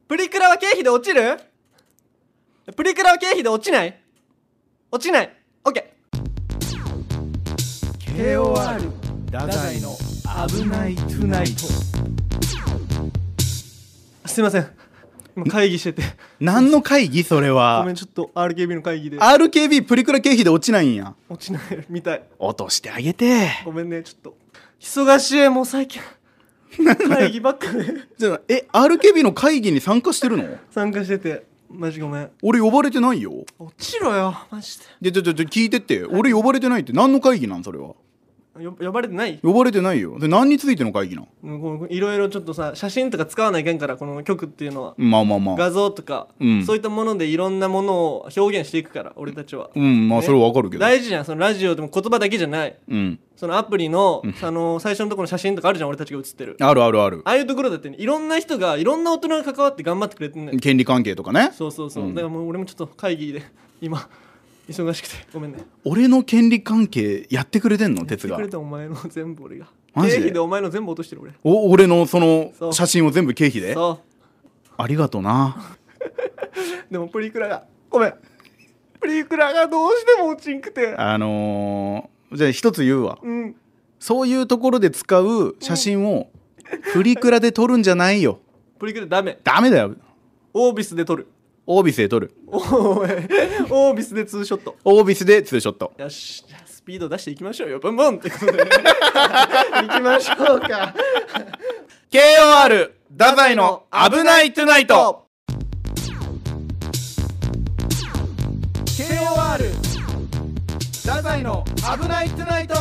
プリクラは経費で落ちる？プリクラは経費で落ちない？落ちない。 OK。 KOR 太宰の危ないトゥナイト。 すいません、今会議してて。 何の会議それは。 ごめん、ちょっと RKB の会議で RKB プリクラ経費で落ちないんや。 落ちないみたい。 落としてあげて。 ごめんね、ちょっと忙しい、もう最近会議ばっかでじゃあRKB の会議に参加してるの？ 参加してて、マジごめん。 俺呼ばれてないよ。 落ちろよマジで。 で聞いてって、俺呼ばれてないって何の会議なん？それは呼ばれてない？ 呼ばれてないよ。で何についての会議なん？ いろいろちょっとさ、写真とか使わないけんから、この曲っていうのはまあ画像とか、そういったものでいろんなものを表現していくから、俺たちは。 まあそれはわかるけど、 大事じゃん。そのラジオでも言葉だけじゃない、そのアプリの、最初のところの写真とかあるじゃん、俺たちが写ってる。 ある。 ああいうところだって、ね、いろんな人が、いろんな大人が関わって頑張ってくれてるんだよ。 権利関係とかね。 そう、だからもう俺もちょっと会議で今忙しくてごめんね。 俺の権利関係やってくれてんの？哲がやってくれたお前の全部俺が。 マジで？ 経費でお前の全部落としてる俺。 俺のその写真を全部経費で？ そうありがとなでもプリクラがごめん、プリクラがどうしても落ちんくて。 じゃあ一つ言うわ、そういうところで使う写真をプリクラで撮るんじゃないよ。 プリクラダメだよ。 オービスで撮る。 オービスで撮る。 オービスでツーショット。 オービスでツーショット。 よし、じゃあスピード出していきましょうよ、ブンブンってことでいきましょうか KOR 太宰の危ないトゥナイト。 KOR 太宰の危ないトゥナイト。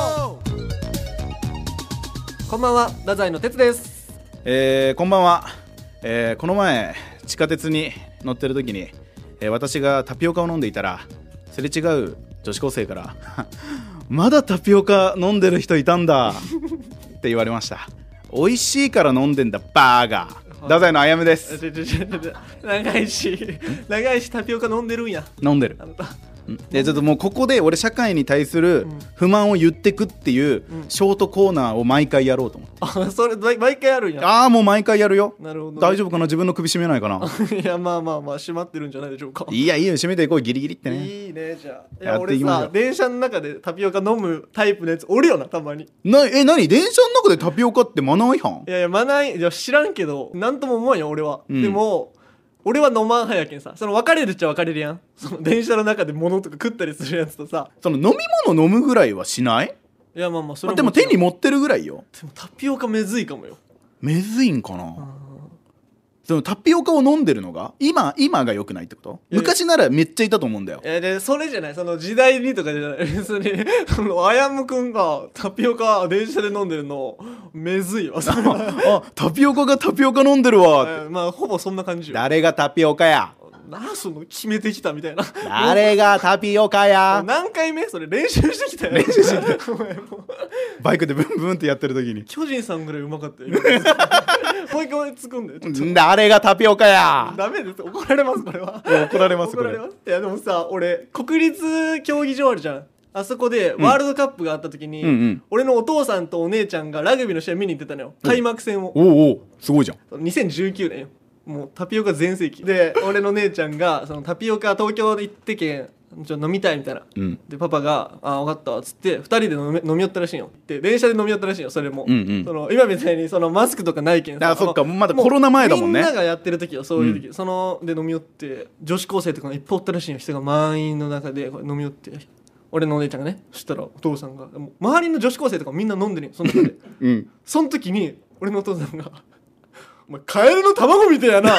こんばんは、太宰の哲です。 こんばんは。この前地下鉄に乗ってる時に、私がタピオカを飲んでいたら、すれ違う女子高生からまだタピオカ飲んでる人いたんだって言われました。美味しいから飲んでんだバーガー。太宰のあやむです。 長いしタピオカ飲んでるんや。 飲んでる。 あんたでちょっともうここで俺社会に対する不満を言ってくっていうショートコーナーを毎回やろうと思って。 あ、それ毎回やるんや。 もう毎回やるよ。 なるほど、ね、 大丈夫かな？自分の首絞めないかないや、まあ閉まってるんじゃないでしょうか。 いいよ締めていこう、ギリギリってね。 いいね。じゃあやっていきましょう。 俺さ、電車の中でタピオカ飲むタイプのやつおるよな、たまに。 何電車の中でタピオカってマナー違反？ いやマナー、いや知らんけどなんとも思わんよ俺は、でも俺は飲まん派やけんさ、その別れるっちゃ別れるやん。その電車の中で物とか食ったりするやつとさ、 その飲み物飲むぐらいはしない？ いやそれはでも手に持ってるぐらいよ。 でもタピオカめずいかもよ。 めずいんかな。そのタピオカを飲んでるのが今が良くないってこと？昔ならめっちゃいたと思うんだよ。 でそれじゃない、その時代にとかじゃない別にあやむくんがタピオカ電車で飲んでるのめずいわタピオカがタピオカ飲んでるわって、 ほぼそんな感じよ。 誰がタピオカや。 その決めてきたみたいな。 誰がタピオカや。 何回目それ練習してきたよ。 練習してきたバイクでブンブンってやってる時に巨人さんぐらいうまかったよもう一回突っ込んで。 誰がタピオカや。 ダメです、怒られます。これは怒られます。 怒られます。いやでもさ、俺国立競技場あるじゃん。あそこでワールドカップがあった時に、俺のお父さんとお姉ちゃんがラグビーの試合見に行ってたのよ、開幕戦を。 おすごいじゃん。 2019年よ、もうタピオカ全盛期で、俺の姉ちゃんがそのタピオカ東京で行ってけん飲みたいみたいな、でパパが「分かった」っつって2人で飲み寄ったらしいよ。で電車で飲み寄ったらしいよ。それも、その今みたいにそのマスクとかないけんさ。 そっか、まだコロナ前だもんね。 みんながやってる時よ、そういう時、そので飲み寄って、女子高生とかがいっぱいおったらしいよ。人が満員の中でこれ飲み寄って、俺のお姉ちゃんがね、そしたらお父さんがもう周りの女子高生とかみんな飲んでるよ、その中でその時に俺のお父さんがお前カエルの卵みてえやな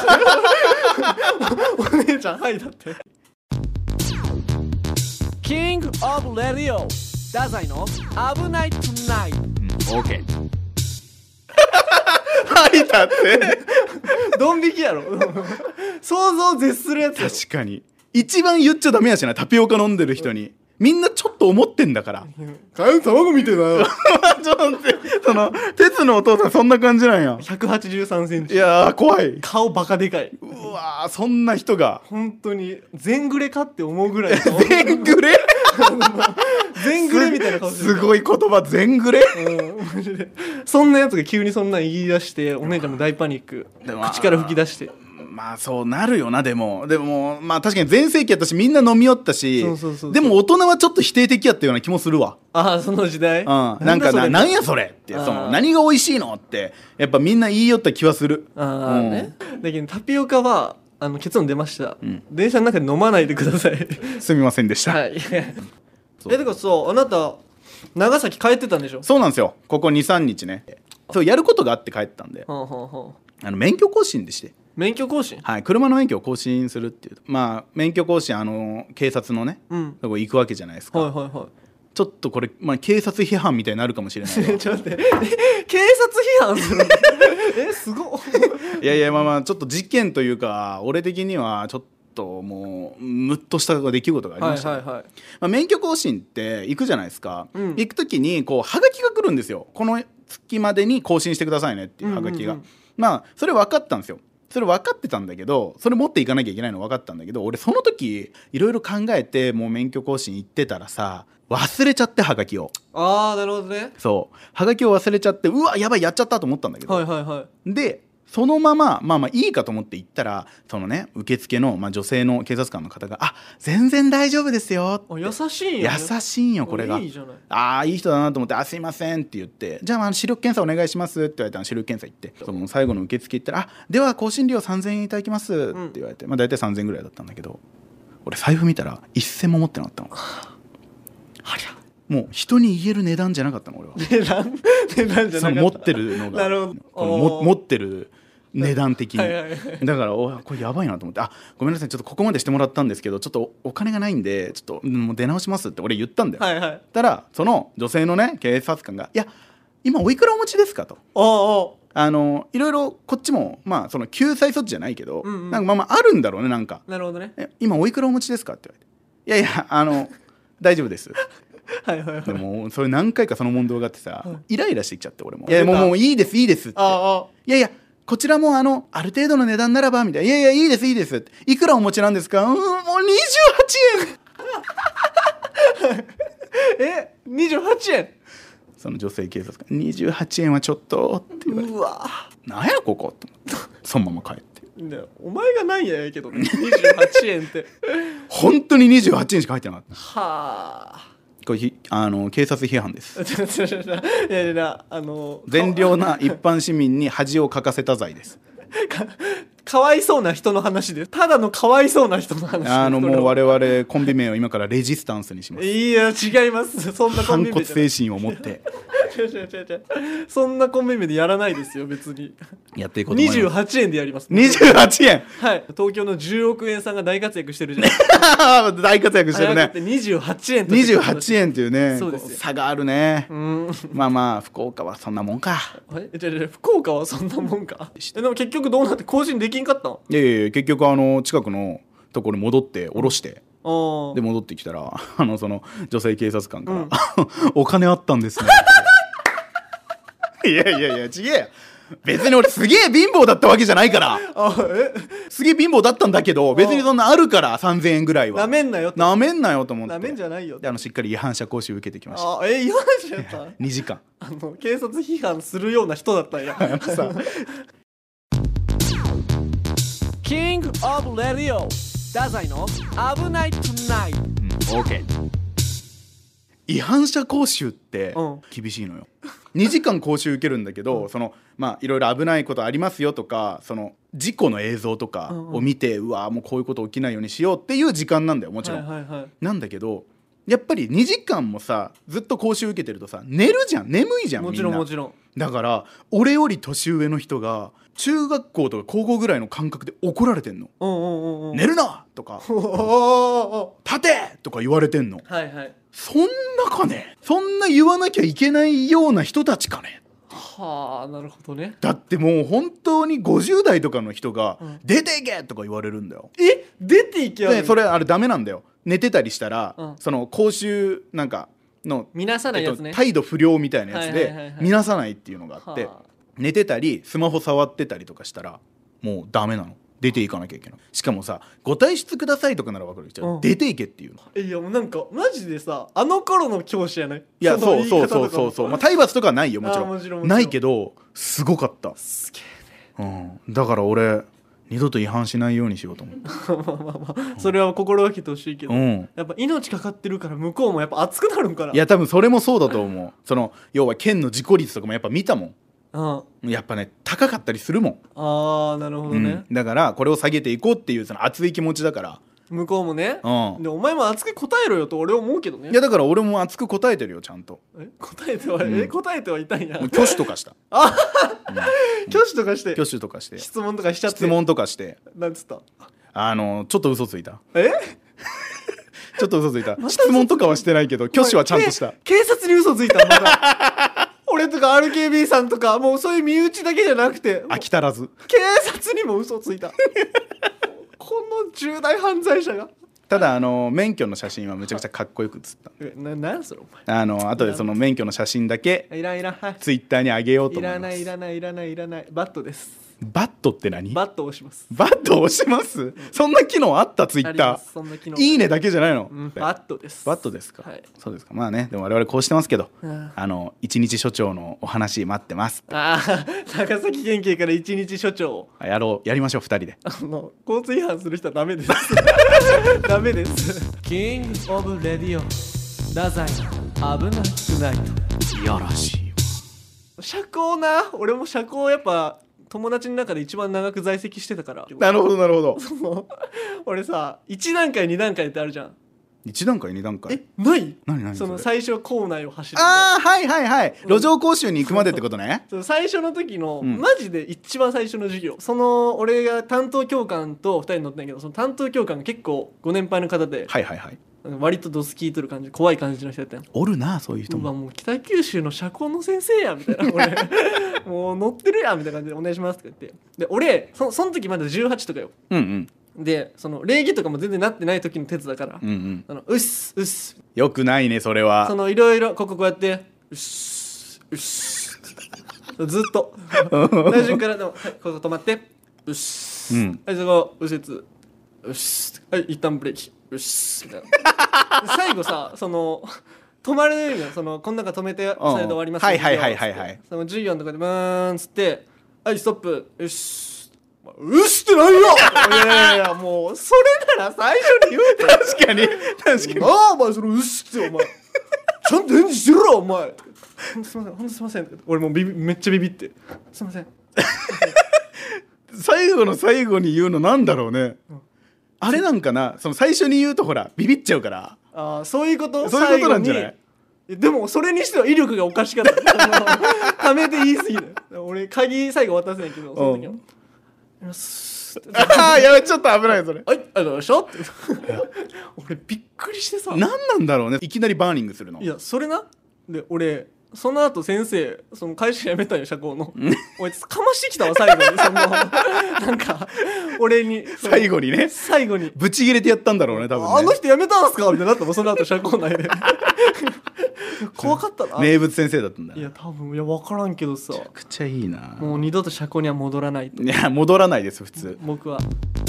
お姉ちゃんはいだって。キングオブレディオ太宰の危ないトゥナイト。 オーケーはいだってドン引きやろ想像を絶するやつやろ。 確かに一番言っちゃダメやしな、タピオカ飲んでる人に。みんなちょっと思ってんだからカエルの卵みてえなよちょっと待って、その鉄のお父さんそんな感じなんや。 183センチ。 いやー怖い。 顔バカでかい。 うわー、そんな人が本当に全グレかって思うぐらい全グレ全グレみたいな顔してる。 すごい言葉、全グレマジでそんなやつが急にそんなん言い出して、お姉ちゃんも大パニック。口から吹き出して、 まあそうなるよな。でもまあ確かに全盛期やったしみんな飲み寄ったし、 そうでも大人はちょっと否定的やったような気もするわ。 ああその時代、 なんかなんやそれって、その何が美味しいのってやっぱみんな言い寄った気はする。 ね、だけどタピオカは結論出ました、電車の中で飲まないでくださいすみませんでした。 はいだからそうあなた長崎帰ってたんでしょ。 そうなんですよ。ここ 2,3 日ね、そうやることがあって帰ったんで、免許更新でして、 免許更新、 はい、車の免許を更新するっていう、まあ免許更新警察のね、とこ行くわけじゃないですか。ちょっとこれ、まあ、警察批判みたいになるかもしれないちょっと待って警察批判するすごっいやいやまあちょっと事件というか俺的にはちょっともうムッとした出来事がありました、まあ、免許更新って行くじゃないですか、行く時にこうハガキが来るんですよ。この月までに更新してくださいねっていうハガキが、まあそれ分かったんですよ。それ分かってたんだけど、それ持っていかなきゃいけないの分かったんだけど、俺その時いろいろ考えてもう免許更新行ってたらさ、忘れちゃってハガキを。 ああなるほどね。 そうハガキを忘れちゃって、うわやばいやっちゃったと思ったんだけど、でそのまままあいいかと思って行ったら、そのね受付の、女性の警察官の方が全然大丈夫ですよって。 優しいよ、ね、 優しいんよこれが。いいじゃない。いい人だなと思って、すいませんって言って、じゃあ視力検査お願いしますって言われたら視力検査行って、その最後の受付行ったらでは更新料3000円いただきますって言われて、大体3000円ぐらいだったんだけど、俺財布見たら一銭も持ってなかったの。ありゃもう人に言える値段じゃなかったの俺は。値段じゃなかった。その持ってるのがなるほど、 この持ってる値段的にだからこれやばいなと思って、ごめんなさいちょっとここまでしてもらったんですけどちょっとお金がないんでちょっともう出直しますって俺言ったんだよ。たらその女性のね警察官がいや今おいくらお持ちですかと。いろいろこっちもその救済措置じゃないけど、なんかあるんだろうね。なんかなるほどね。 今おいくらお持ちですかって言われて、いやいや大丈夫ですでもそれ何回かその問答があってさ、イライラしてきちゃって、俺もいやもういいですいいですって、いやいやこちらもある程度の値段ならばみたいな、いやいやいいですいいですって、いくらお持ちなんですか。もう28円 28円。 その女性警察官28円はちょっとって言われて、うわなんやここって思ってそのまま帰って。 お前がないやけどね28円って本当に28円しか入ってなかった。 はあこれ警察批判です善良な一般市民に恥をかかせた罪ですかわいそうな人の話です。ただのかわいそうな人の話です。 もう我々コンビ名を今からレジスタンスにします。 いや違います。そんなコンビ名反骨精神を持ってそんなコンビ名でやらないですよ。別にやっていこうと思います。 28円でやります。 28円はい。東京の10億円さんが大活躍してるじゃないですか大活躍してるね。 28円と 28円っていうね、 そうですよ、 差があるね。福岡はそんなもんか。 福岡はそんなもんか。でも結局どうなって更新できんかったの。 いやいや結局近くのところに戻って降ろして、で戻ってきたらその女性警察官から、お金あったんですねいや違えよ。別に俺すげえ貧乏だったわけじゃないからすげえ貧乏だったんだけど、別にそんなあるから3000円ぐらいはなめんなよと思って、 なめんじゃないよでしっかり違反者講習受けてきました。 違反者やった 2時間警察批判するような人だったんやさキングオブレディオ太宰の危ないトゥナイト。 OK。違反者講習って厳しいのよ。2時間講習受けるんだけど、いろいろ危ないことありますよとか、その事故の映像とかを見て、うわもうこういうこと起きないようにしようっていう時間なんだよ、もちろん。なんだけどやっぱり2時間もさずっと講習受けてるとさ寝るじゃん、眠いじゃん。 もちろんもちろん。 だから俺より年上の人が中学校とか高校ぐらいの感覚で怒られてんの。寝るなとか立てとか言われてんの。そんなかね、そんな言わなきゃいけないような人たちかね。 はあ、なるほどね。 だってもう本当に50代とかの人が出ていけとか言われるんだよ。 出ていけでそれあれダメなんだよ。寝てたりしたら、その講習なんかの見なさないやつね、 態度不良みたいなやつで見なさないっていうのがあって、寝てたりスマホ触ってたりとかしたらもうダメなの。出ていかなきゃいけない。しかもさ、ご退出くださいとかなら分かるけど、出ていけっていうの。 いやもうなんかマジでさ、あの頃の教師やない。 いやそう体罰とかはないよ、もちろんないけどすごかった。 すげえね。 だから俺二度と違反しないようにしようと思ってそれは心がけてほしいけど、 うんやっぱ命かかってるから向こうもやっぱ熱くなるんかな。 いや多分それもそうだと思う。その要は県の事故率とかもやっぱ見たもうん、 ん。やっぱね高かったりするもん、 ああなるほどね、 だからこれを下げていこうっていうその熱い気持ちだから向こうもね、 うんでお前も熱く答えろよと俺は思うけどね。 いやだから俺も熱く答えてるよちゃんと。 答えては、答えてはいたんや。 もう挙手とかした挙手とかして挙手とかして質問とかしちゃって。 質問とかしてなんつった？ ちょっと嘘ついたえちょっと嘘ついた質問とかはしてないけど挙手はちゃんとした警察に嘘ついたまだ俺とか RKB さんとかもうそういう身内だけじゃなくて飽き足らず。 警察にも嘘ついたこの重大犯罪者が。 ただ免許の写真はめちゃくちゃかっこよく写った。 なんそれお前。 後でその免許の写真だけいらんいらん、はい、 ツイッターに上げようといら思います。 ないいらないいらないいらない。バットです。 バットって何？ バットを押します。 バット押します？そんな機能あったツイッタありますそんな機能ー。いいねだけじゃないの？ バットです。 バットですか、 はい、 そうですか。まあねでも我々こうしてますけどあ一日署長のお話待ってます。 あ高崎県警から一日署長やりましょう2人で。 交通違反する人はダメですダメですキングオブレディオ太宰の危なくないと。 いやらしい。 社交な。俺も社交やっぱ友達の中で一番長く在籍してたから。 なるほどなるほど。 俺さ1段階2段階ってあるじゃん。 1段階2段階ない何その最初校内を走る。 ああはいはいはい、路上講習に行くまでってことね。 その最初の時の、 んマジで一番最初の授業、その俺が担当教官と2人乗ったんやけど、その担当教官が結構ご年配の方で、 はいはいはい。 割とドス聞いとる感じ、怖い感じの人やったんや。 おるなそういう人も。 もう北九州の社交の先生やみたいな俺もう乗ってるやんみたいな感じでお願いしますとか言って、で俺その時まだ18とかよ。 うんでその礼儀とかも全然なってない時の鉄だから、 うんうっすうっす、 よくないねそれは。 そのいろいろこうやってうっすうっすずっと大丈夫からでも、はい、ここ止まってうっす、はいそこ右折うっす、はい一旦ブレーキうっすみたいな最後さその止まれないのよ。そのこん中止めてそれで終わります、 はいはいはいはいはい。 その授業のとこでブーンっつってはいストップうっすうっすって何よいやもうそれなら最初に言うて確かに確かに。 なあお前それうっすってお前ちゃんと返事してるろお前ほんとすいませんほんとすいません俺もうめっちゃビビってすいません最後の最後に言うのなんだろうね、あれなんかな、その最初に言うとほらビビっちゃうから。 ああそういうことそういうことなんじゃない？ でもそれにしては威力がおかしかったためて言い過ぎだよ。俺鍵最後渡せないけどその時はああやべちょっと危ないそれ。 はいありがとうございましたって俺びっくりしてさ、 何なんだろうねいきなりバーニングするの。 いやそれなで俺その後先生その会社辞めたんよ社交のおいかましてきたわ最後にそのなんか俺に最後にね最後にブチギレてやったんだろうね多分ね。 あの人辞めたんすかみたいになったもんその後社交内で怖かったな。 名物先生だったんだ。 いや多分いや分からんけどさ、 めちゃくちゃいいな。 もう二度と社交には戻らないといや戻らないです普通。 僕は。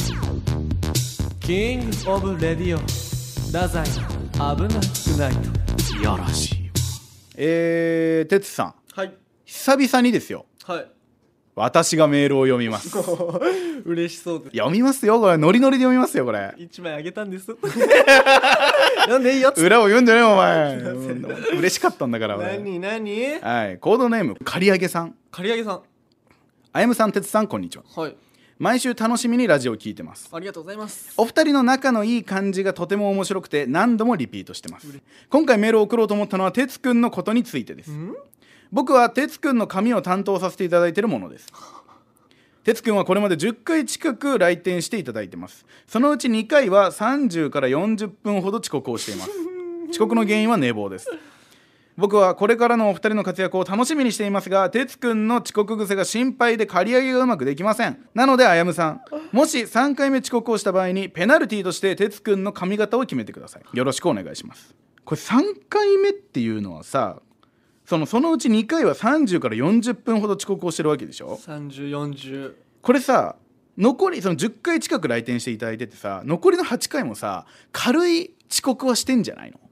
キングオブレディオ太宰の危なくないと。 いやらしい。哲さんはい久々にですよはい私がメールを読みます嬉しそうで読みますよこれノリノリで読みますよこれ。 一枚あげたんですなんでいいよ裏を読んじゃねえよお前嬉しかったんだから俺。 何はい、コードネーム刈り上げさん。 刈り上げさんあやむさん哲さんこんにちは。 はい毎週楽しみにラジオを聞いてます。 ありがとうございます。 お二人の仲のいい感じがとても面白くて何度もリピートしてます。今回メールを送ろうと思ったのは哲くんのことについてです。僕は哲くんの髪を担当させていただいているものです。哲くんはこれまで10回近く来店していただいてます。そのうち2回は30から40分ほど遅刻をしています。遅刻の原因は寝坊です。僕はこれからのお二人の活躍を楽しみにしていますが、哲くんの遅刻癖が心配で刈り上げがうまくできません。なのであやむさん、もし3回目遅刻をした場合にペナルティとして哲くんの髪型を決めてください。よろしくお願いします。これ3回目っていうのはさ、そのうち2回は30から40分ほど遅刻をしてるわけでしょ。 30、40 これさ、残りその10回近く来店していただいててさ、残りの8回もさ軽い遅刻はしてんじゃないの？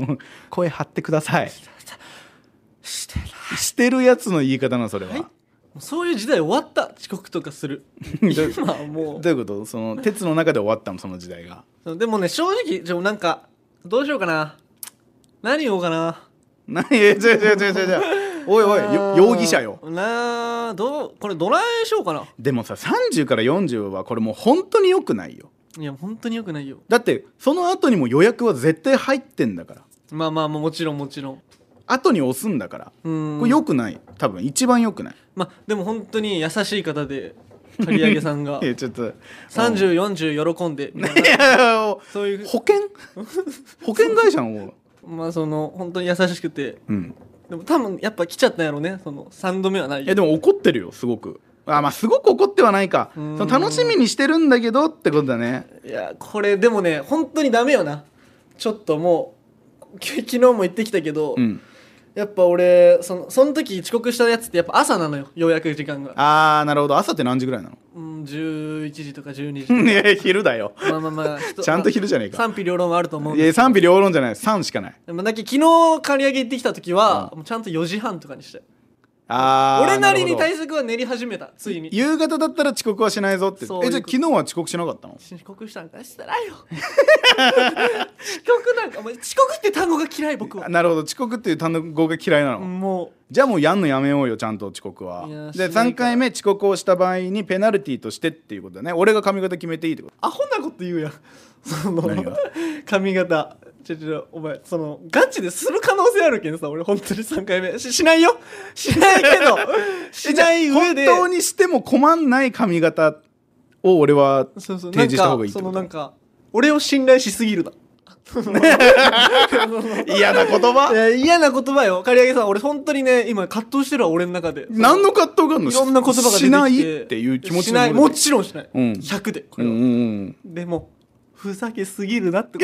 声張ってください。してるやつの言い方なのそれは、はい、 そういう時代終わった。遅刻とかする今はもどういうこと？その鉄の中で終わったのその時代が。 でもね正直なんかどうしようかな、何言おうかな。 何違うおいおい容疑者よ。 これどないしようかな。 でもさ30から40はこれもう本当に良くないよ。 いや本当に良くないよ。 だってその後にも予約は絶対入ってんだから。 まあもちろん後に押すんだから。これ良くない。多分一番良くない。 まあでも本当に優しい方で刈り上げさんがいやちょっと 3040喜んでいやそういう保険会社のまあ本当に優しくて、 うん、 でも多分やっぱ来ちゃったんやろね。3度目はないよ。 いやでも怒ってるよすごく。まあすごく怒ってはないか。その楽しみにしてるんだけどってことだね。 いやこれでもね本当にダメよな。ちょっともう昨日も言ってきたけど、やっぱ俺その時遅刻したやつってやっぱ朝なのよ、予約時間が。 なるほど。朝って何時ぐらいなの ？11時とか12時いや昼だよ。 まあちゃんと昼じゃねえか。 賛否両論はあると思うんいや賛否両論じゃない。3しかない。 でもだけ昨日刈り上げ行ってきた時は、もうちゃんと4時半とかにして、俺なりに対策は練り始めた。ついに夕方だったら遅刻はしないぞって。じゃあ昨日は遅刻しなかったの？ 遅刻したんかしたらよ遅刻なんかお前遅刻って単語が嫌い僕は。 なるほど。遅刻っていう単語が嫌いなの。 もうじゃあもうやんのやめようよちゃんと遅刻は。で3回目遅刻をした場合にペナルティとしてっていうことだね。俺が髪型決めていいってこと。 アホなこと言うやん何が髪型お前ガチでする可能性あるけどさ、俺本当に3回目 しないよしないけどしない上で本当にしても困んない髪型を俺は提示した方がいいってこと。 なんか俺を信頼しすぎるな嫌な言葉。 嫌な言葉よ刈り上げさん。俺本当にね今葛藤してるわ俺の中で。 何の葛藤があるの？ いろんな言葉が出てきてしないっていう気持ちしない、もちろんしない、100でこれは、でもふざけすぎるなって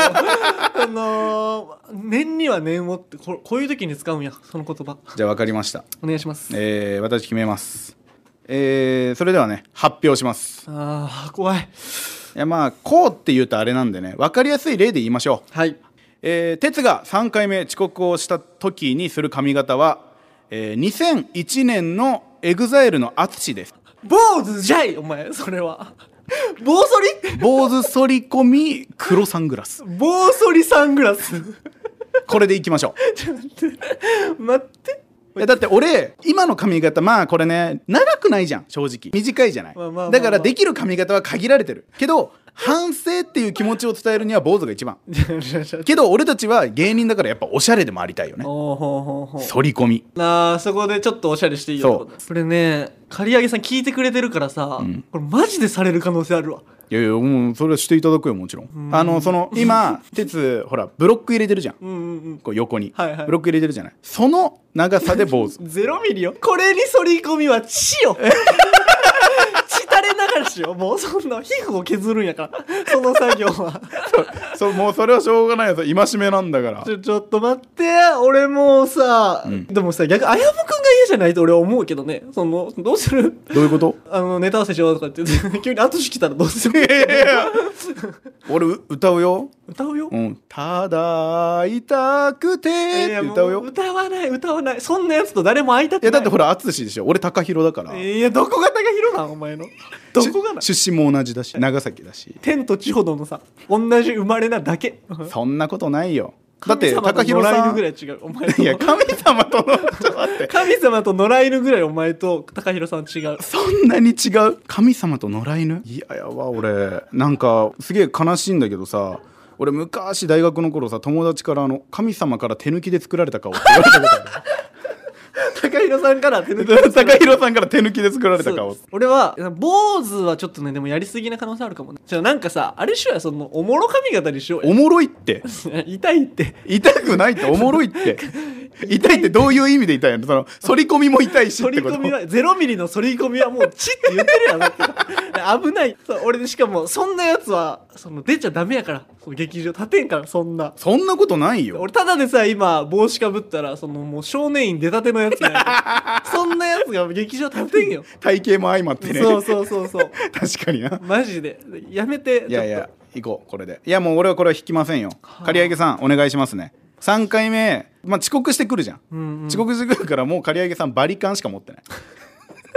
こと念には念をってこういう時に使うんやその言葉。 じゃあ分かりました。 お願いします。 私決めます。それではね発表します。 怖い。 いやまあこうって言うとあれなんでね、分かりやすい例で言いましょう。 はい。 哲が3回目遅刻をした時にする髪型は、2001年のEXILEの淳です。 坊主じゃいお前それは坊主剃り込み黒サングラス。 坊剃りサングラスこれでいきましょう。 ちょっと待って。 だって俺今の髪型まあこれね長くないじゃん正直。短いじゃない。だからできる髪型は限られてるけど反省っていう気持ちを伝えるには坊主が一番けど俺たちは芸人だからやっぱおしゃれでもありたいよね。反り込みそこでちょっとおしゃれしていいよ。それね刈り上げさん聞いてくれてるからさ、これマジでされる可能性あるわ。 いやもうそれはしていただくよもちろん。今鉄ほらブロック入れてるじゃん、こう横に、ブロック入れてるじゃない。その長さで坊主 0ミリよ。これに反り込みは血よ血垂れ流しよ。もうそんな皮膚を削るんやからその作業はもうそれはしょうがないよ。戒めなんだから。 ちょっと待って。俺もうさ、でもさ逆あやむくんが嫌じゃないと俺は思うけどね。どうする？ どういうこと？ ネタ合わせしようとかって急に後来たらどうする？ 俺歌うよ。 歌うよ、 ただ会いたくてって歌うよ。 歌わないそんなやつと誰も会いたくない。 だってほら淳でしょ。俺高弘だから。 どこが高弘なんお前のどこがな。 出身も同じだし長崎だし天と地ほどのさ同じ生まれなだけそんなことないよ。だって高弘さん野良犬ぐらい違うお前と。 いや神様とのちょっと待って神様と野良犬ぐらいお前と高弘さん違う。 そんなに違う？神様と野良犬？いや俺なんかすげえ悲しいんだけどさ、俺昔大学の頃さ友達から神様から手抜きで作られた顔って言われたことある高弘さんから手抜きで作られた顔。 俺は坊主はちょっとねでもやりすぎな可能性あるかもね。なんかさあれしようやおもろ髪型にしようや。 おもろいって痛いって痛くないっておもろいって痛いってどういう意味で痛いの？反り込みも痛いしってこと。 反り込みは0ミリの反り込みはもうチって言ってるやんだって危ない。俺しかもそんなやつは出ちゃダメやから劇場立てんから。そんなことないよ。 俺ただでさ今帽子かぶったらもう少年院出たてのやつやそんなやつが劇場立てんよ。 体型も相まってね。 そう確かにな。 マジでやめて。 いや行こうこれで。いやもう俺はこれは引きませんよ。刈り上げさんお願いしますね。3回目、遅刻してくるじゃん、遅刻してくるからもう刈り上げさんバリカンしか持ってない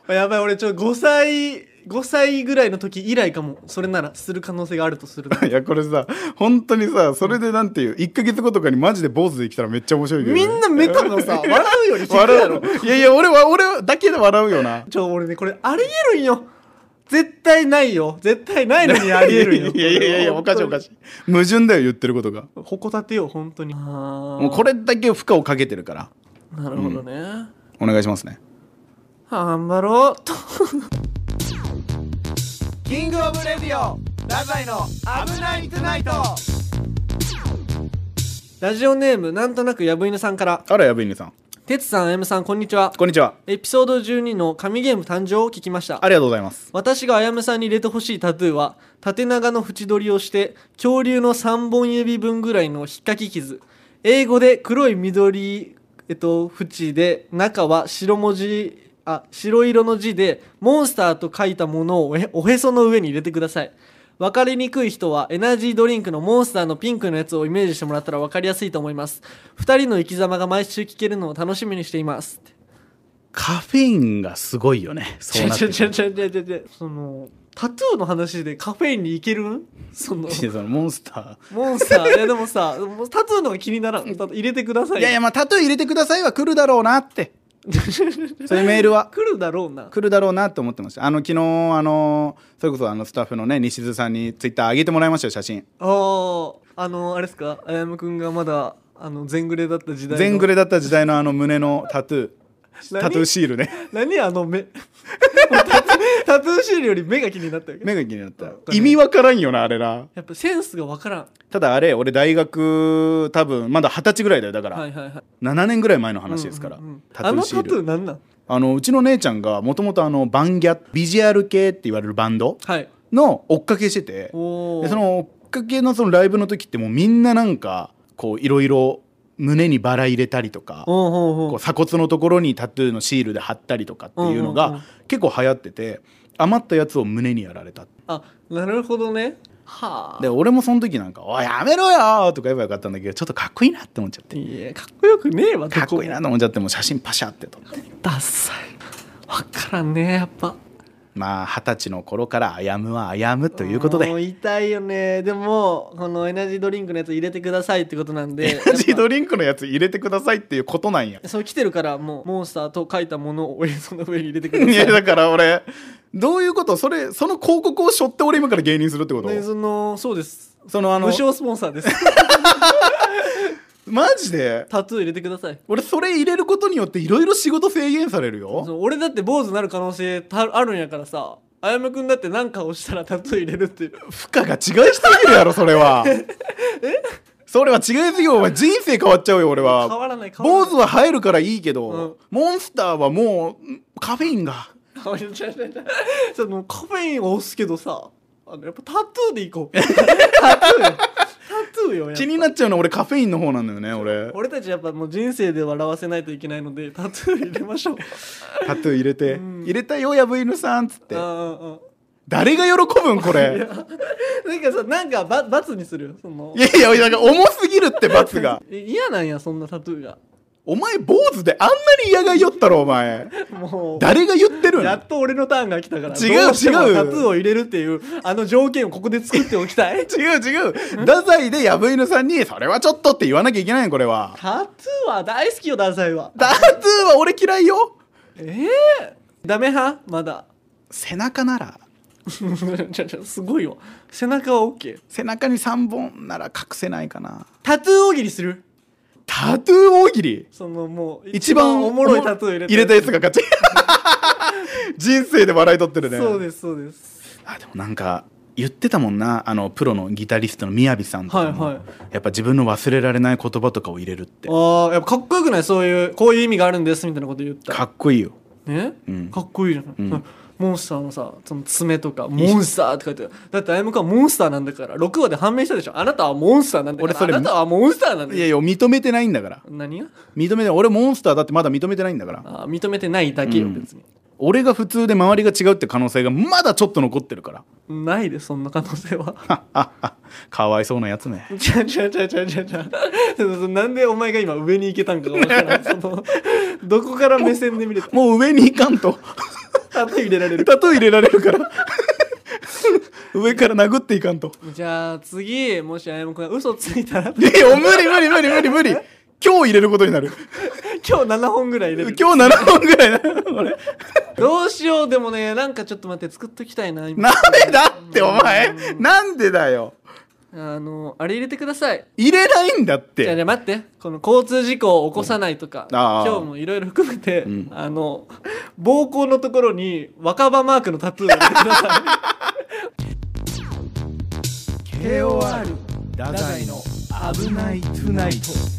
やばい、俺5歳ぐらいの時以来かも。それならする可能性があるとするといやこれさ本当にさそれでなんていう1ヶ月後とかにマジで坊主できたらめっちゃ面白いけど、ね、 みんなメカのさ笑うより低い笑やろ。 ういやいや俺だけで笑うよな。 俺ねこれありえるんよ。絶対ないよ。絶対ないのにありえるんよ。 いやおかしい矛盾だよ言ってることが。 ほこたてよ本当に。 もうこれだけ負荷をかけてるから。 なるほどね、 お願いしますね。 頑張ろうと。 キングオブレディオ太宰の危ないトゥナイト。 ラジオネームなんとなくやぶ犬さんから。 あらやぶ犬さん、 てつさん、あやむさん、こんにちは。 こんにちは。 エピソード12の神ゲーム誕生を聞きました。 ありがとうございます。 私があやむさんに入れてほしいタトゥーは、縦長の縁取りをして恐竜の3本指分ぐらいのひっかき傷、英語で黒い緑、縁で中は白色の字でモンスターと書いたものをおへその上に入れてください。分かりにくい人はエナジードリンクのモンスターのピンクのやつをイメージしてもらったら分かりやすいと思います。2人の生き様が毎週聞けるのを楽しみにしています。 カフェインがすごいよね。そうなってくるそのタトゥーの話でカフェインにいける？そのモンスターいやでもさタトゥーのが気にならん。入れてください。 いやまあタトゥー入れてくださいは来るだろうなってそういうメールは来るだろうなって思ってました。昨日それこそスタッフのね西津さんにツイッター上げてもらいましたよ写真。 あれですか、あやむくんがまだ全グレだった時代の胸のタトゥーシールね。 何目タトゥーシールより目が気になったよ。 目が気になった。意味わからんよなあれな。 やっぱセンスがわからん。 ただあれ俺大学多分まだ20歳ぐらいだよ。だから、7年ぐらい前の話ですから、 タトゥーシール。タトゥーなんなん？ うちの姉ちゃんがもともとバンギャビジュアル系って言われるバンドの追っかけしてて、でその追っかけのそのライブの時ってもうみんななんかこういろいろ胸にバラ入れたりとか、こう鎖骨のところにタトゥーのシールで貼ったりとかっていうのが結構流行ってて、余ったやつを胸にやられた。 なるほどね。はあ。 で俺もその時なんか「おいやめろよ!」とか言えばよかったんだけど、ちょっとかっこいいなって思っちゃって。 いやかっこよくねえわ。 かっこいいなと思っちゃって、もう写真パシャって撮って。 ダッサい。わからんねやっぱ。 まあ20歳の頃からあやむはあやむということで。 もう痛いよね。でもこのエナジードリンクのやつ入れてくださいってことなんで、 エナジードリンクのやつ入れてくださいっていうことなんや。 そう来てるから、もうモンスターと書いたものをおへその上に入れてください。 いやだから俺どういうこと？その広告を背負って俺今から芸人するってこと？ そうです。 無償スポンサーです。 マジでタトゥー入れてください。 俺それ入れることによっていろいろ仕事制限されるよ。 俺だって坊主になる可能性あるんやからさ、あやむくんだって何かをしたらタトゥー入れるっていう。 負荷が違いすぎるやろそれは。それは違いすぎる。お前人生変わっちゃうよ俺は。 変わらない。 坊主は生えるからいいけど、モンスターはもうカフェインが。 そのカフェインを押すけどさ、やっぱタトゥーでいこう。タトゥーよ。 気になっちゃうの俺カフェインの方なんだよね。 俺たちやっぱもう人生で笑わせないといけないのでタトゥー入れましょう。 タトゥー入れて、入れたよやぶ犬さんっつって。誰が喜ぶんこれ。 なんか罰にするよいやなんか重すぎるって罰が。 嫌なんやそんなタトゥーが。 お前坊主であんなに嫌がいよったろお前。もう誰が言ってるん？ やっと俺のターンが来たから。 違うタトゥーを入れるっていう条件をここで作っておきたい。 違う太宰でやぶ犬さんにそれはちょっとって言わなきゃいけないのこれは。 タトゥーは大好きよ太宰は。 タトゥーは俺嫌いよ。 ダメ派？まだ背中ならすごいよ。背中は OK。 背中に3本なら隠せないかな。 タトゥー大喜利する。 タトゥー大喜利。 もう一番おもろいタトゥー入れたやつが勝ち。人生で笑い取ってるね。 そうです。 でもなんか言ってたもんな、プロのギタリストの宮城さんとかも、やっぱ自分の忘れられない言葉とかを入れるって。 やっぱかっこよくない？こういう意味があるんですみたいなこと言った。 かっこいいよね、かっこいいじゃない、モンスターのさ、その爪とかモンスターって書いてある。だってあやむくんはモンスターなんだから。6話で判明したでしょ。あなたはモンスターなんだから。あなたはモンスターなんだよ。 いや認めてないんだから。 何が認めてない。俺モンスターだってまだ認めてないんだから。 認めてないだけよ、別に。 俺が普通で周りが違うって可能性がまだちょっと残ってるから。 ないで、そんな可能性は。 かわいそうなやつめ。 なんでお前が今上に行けたんかが分からん。どこから目線で見れた？ もう上に行かんと。 タトゥー入れられる。 タトゥー入れられるから上から殴っていかんと。 じゃあ次もしあやむくんが嘘ついたら無理今日入れることになる。 今日7本ぐらい入れる。 今日7本ぐらいな俺どうしよう。でもねなんかちょっと待って作っときたいな今。 ダメだってお前なんでだよ。 あれ入れてください。 入れないんだっじゃあて。 待って、この交通事故を起こさないとか、 あー今日もいろいろ含めて、 ん膀胱のところに若葉マークのタトゥーを入れてください。 KOR 太宰の危ないトゥナイト。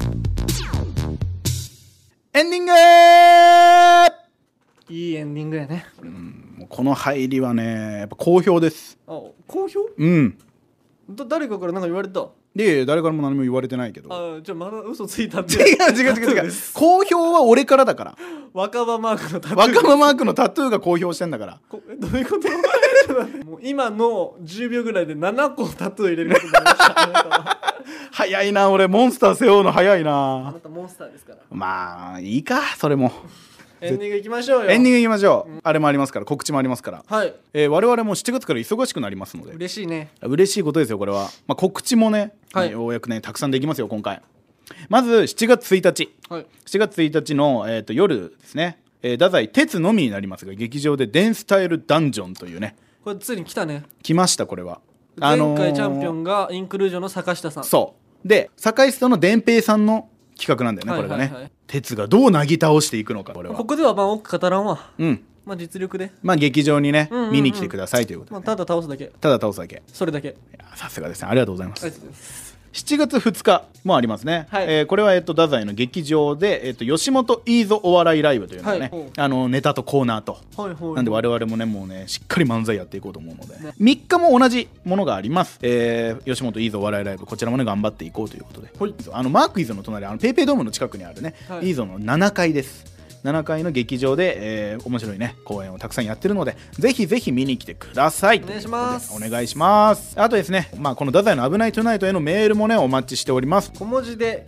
エンディングいいエンディングやね。 もうこの入りはねやっぱ好評です。 あ、好評？ うん誰かからなんか言われた？ で誰からも何も言われてないけど。 あ、じゃあまだ嘘ついたって違う好評は俺からだから若葉マークのタトゥー。 若葉マークのタトゥーが公表してんだから。 どういうこと？もう今の10秒ぐらいで7個タトゥー入れることになりました。あなたは早いな俺モンスター背負うの早いあな。 なたモンスターですから。 まあいいかそれも。 エンディングいきましょうよ。 エンディングいきましょう、あれもありますから告知もありますから、 はい。 我々も7月から忙しくなりますので嬉しいね。 嬉しいことですよこれは、告知もね、 はいようやくねたくさんできますよ今回。まず7月1日はい。 7月1日の、夜ですね、太宰鉄のみになりますが劇場でデンスタイルダンジョンというねこれついに来たね。 来ましたこれは。 前回チャンピオンがインクルージョンの坂下さん。 そうで坂井ストの伝平さんの企画なんだよね、これがね、 はいはいはい鉄がどうなぎ倒していくのかこれは。 ここではまあ多く語らんわ。 うんまあ実力で、 劇場にね、 うんうんうん見に来てくださいということで、 まあ、ただ倒すだけ。 ただ倒すだけ。 それだけ。 いやさすがですねありがとうございます。 ありがとうございます。 7月2日もありますね、 はいこれは太宰の劇場で、吉本いいぞお笑いライブというのがね、 はいネタとコーナーと、 はいはい。 なんで我々もねもうねしっかり漫才やっていこうと思うので、 ね 3日も同じものがあります、吉本いいぞお笑いライブこちらもね頑張っていこうということで、マークイズの隣ペイペイドームの近くにあるね、 はいいいぞの7階です。7階の劇場で、面白いね公演をたくさんやってるのでぜひぜひ見に来てください。 お願いします。 お願いします。あとですね、この太宰の危ないトゥナイトへのメールもねお待ちしております。 小文字で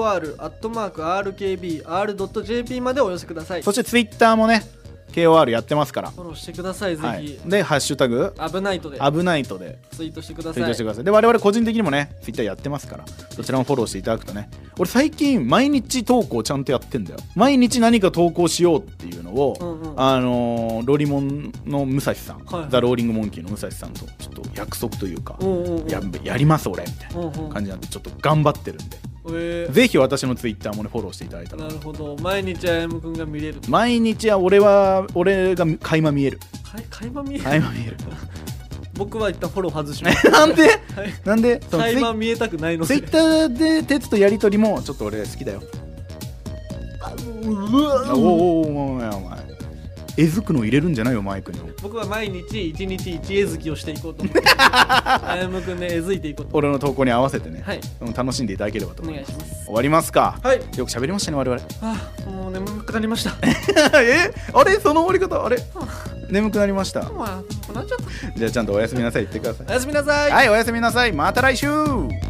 KOR@RKBR.jp までお寄せください。 そしてツイッターもね KOR やってますから、 フォローしてください。ぜはいひ、 でハッシュタグ危ないとで危ないとでツイートしてください。 ツイートしてください。で我々個人的にもねツイッターやってますからそちらもフォローしていただくとね、俺最近毎日投稿ちゃんとやってんだよ。毎日何か投稿しようっていうのを、 うんうんロリモンの武蔵さん、 はいはいザ・ローリング・モンキーの武蔵さんとちょっと約束というか、 うんうんうんやります俺みたいなうんうん感じなんでちょっと頑張ってるんで、ぜひ私のツイッターもねフォローしていただいたら。 なるほど。毎日あやむくんが見れる。 毎日は俺が垣間見える垣間見える。 垣間見える僕は一旦フォロー外します。 なんではいなんでその垣間見えたくないので。 ツイッターで鉄とやりとりもちょっと俺好きだよ。お前えずくの入れるんじゃないよマイクに。 僕は毎日一日一えずきをしていこうと思ってあやむくんでえずいていこうと。 俺の投稿に合わせてね、 はい楽しんでいただければとお思います。 願いします。 終わりますか。 はい。 よく喋りましたね我々 もう眠くなりました。 あれその終わり方あれ眠くなりました。 まあ、なっちゃった。 じゃあちゃんとおやすみなさい言ってください。 おやすみなさい。 はいおやすみなさいまた来週。